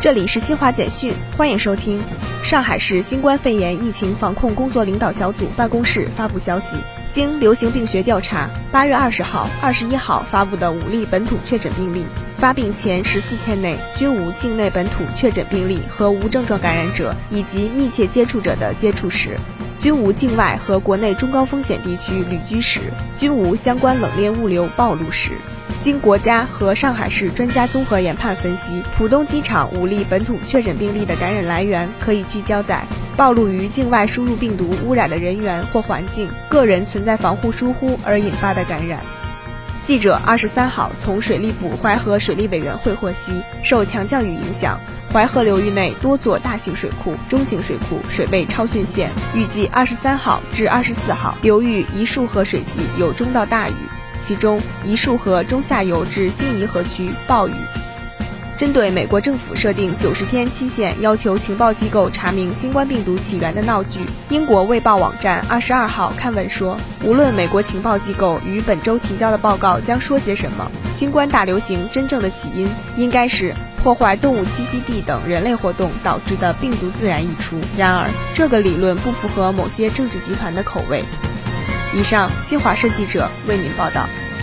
这里是新华简讯，欢迎收听。上海市新冠肺炎疫情防控工作领导小组办公室发布消息，经流行病学调查，8月20号、21号发布的5例本土确诊病例，发病前14天内均无境内本土确诊病例和无症状感染者以及密切接触者的接触史，均无境外和国内中高风险地区旅居史，均无相关冷链物流暴露史。经国家和上海市专家综合研判分析，浦东机场5例本土确诊病例的感染来源可以聚焦在暴露于境外输入病毒污染的人员或环境，个人存在防护疏忽而引发的感染。记者23号从水利部淮河水利委员会获悉，受强降雨影响，淮河流域内多座大型水库、中型水库水位超汛线，预计23号至24号流域一束河水系有中到大雨，其中一束河中下游至新沂河区暴雨。针对美国政府设定90天期限要求情报机构查明新冠病毒起源的闹剧，英国卫报网站22号刊文说，无论美国情报机构于本周提交的报告将说些什么，新冠大流行真正的起因应该是破坏动物栖息地等人类活动导致的病毒自然溢出。然而，这个理论不符合某些政治集团的口味。以上，新华社记者为您报道。